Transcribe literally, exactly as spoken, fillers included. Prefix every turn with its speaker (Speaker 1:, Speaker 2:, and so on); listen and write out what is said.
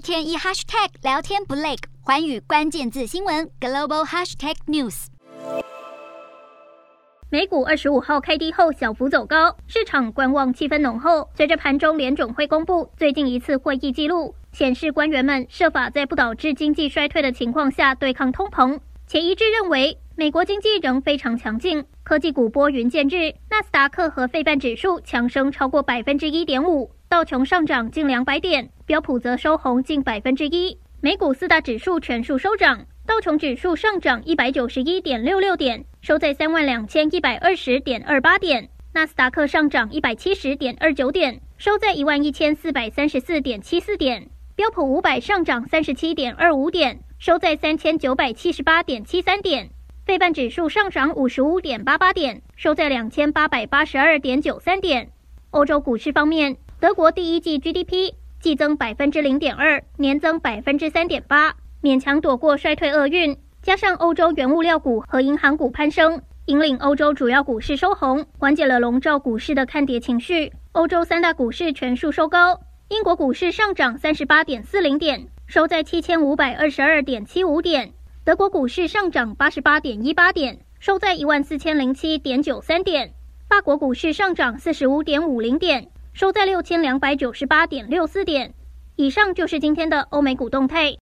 Speaker 1: 天一 hashtag 聊天不累，寰宇关键字新闻 global hashtag news。
Speaker 2: 美股二十五号开低后小幅走高，市场观望气氛浓厚。随着盘中联准会公布最近一次会议记录，显示官员们设法在不导致经济衰退的情况下对抗通膨，且一致认为美国经济仍非常强劲。科技股拨云见日，纳斯达克和费半指数强升超过百分之一点五，道琼上涨近两百点，标普则收红近百分之一。美股四大指数全数收涨。道琼指数上涨一百九十一点六六点，收在三万两千一百二十点二八点；纳斯达克上涨一百七十点二九点，收在一万一千四百三十四点七四点；标普五百上涨三十七点二五点，收在三千九百七十八点七三点；费半指数上涨五十五点八八点，收在两千八百八十二点九三点。欧洲股市方面，德国第一季 G D P 季增百分之零点二，年增百分之三点八。勉强躲过衰退厄运，加上欧洲原物料股和银行股攀升，引领欧洲主要股市收红，缓解了笼罩股市的看跌情绪。欧洲三大股市全数收高，英国股市上涨三十八点四零点，收在七千五百二十二点七五点；德国股市上涨八十八点一八点，收在一万四千零七点九三点；法国股市上涨四十五点五零点，收在六千两百九十八点六四点。以上就是今天的欧美股动态。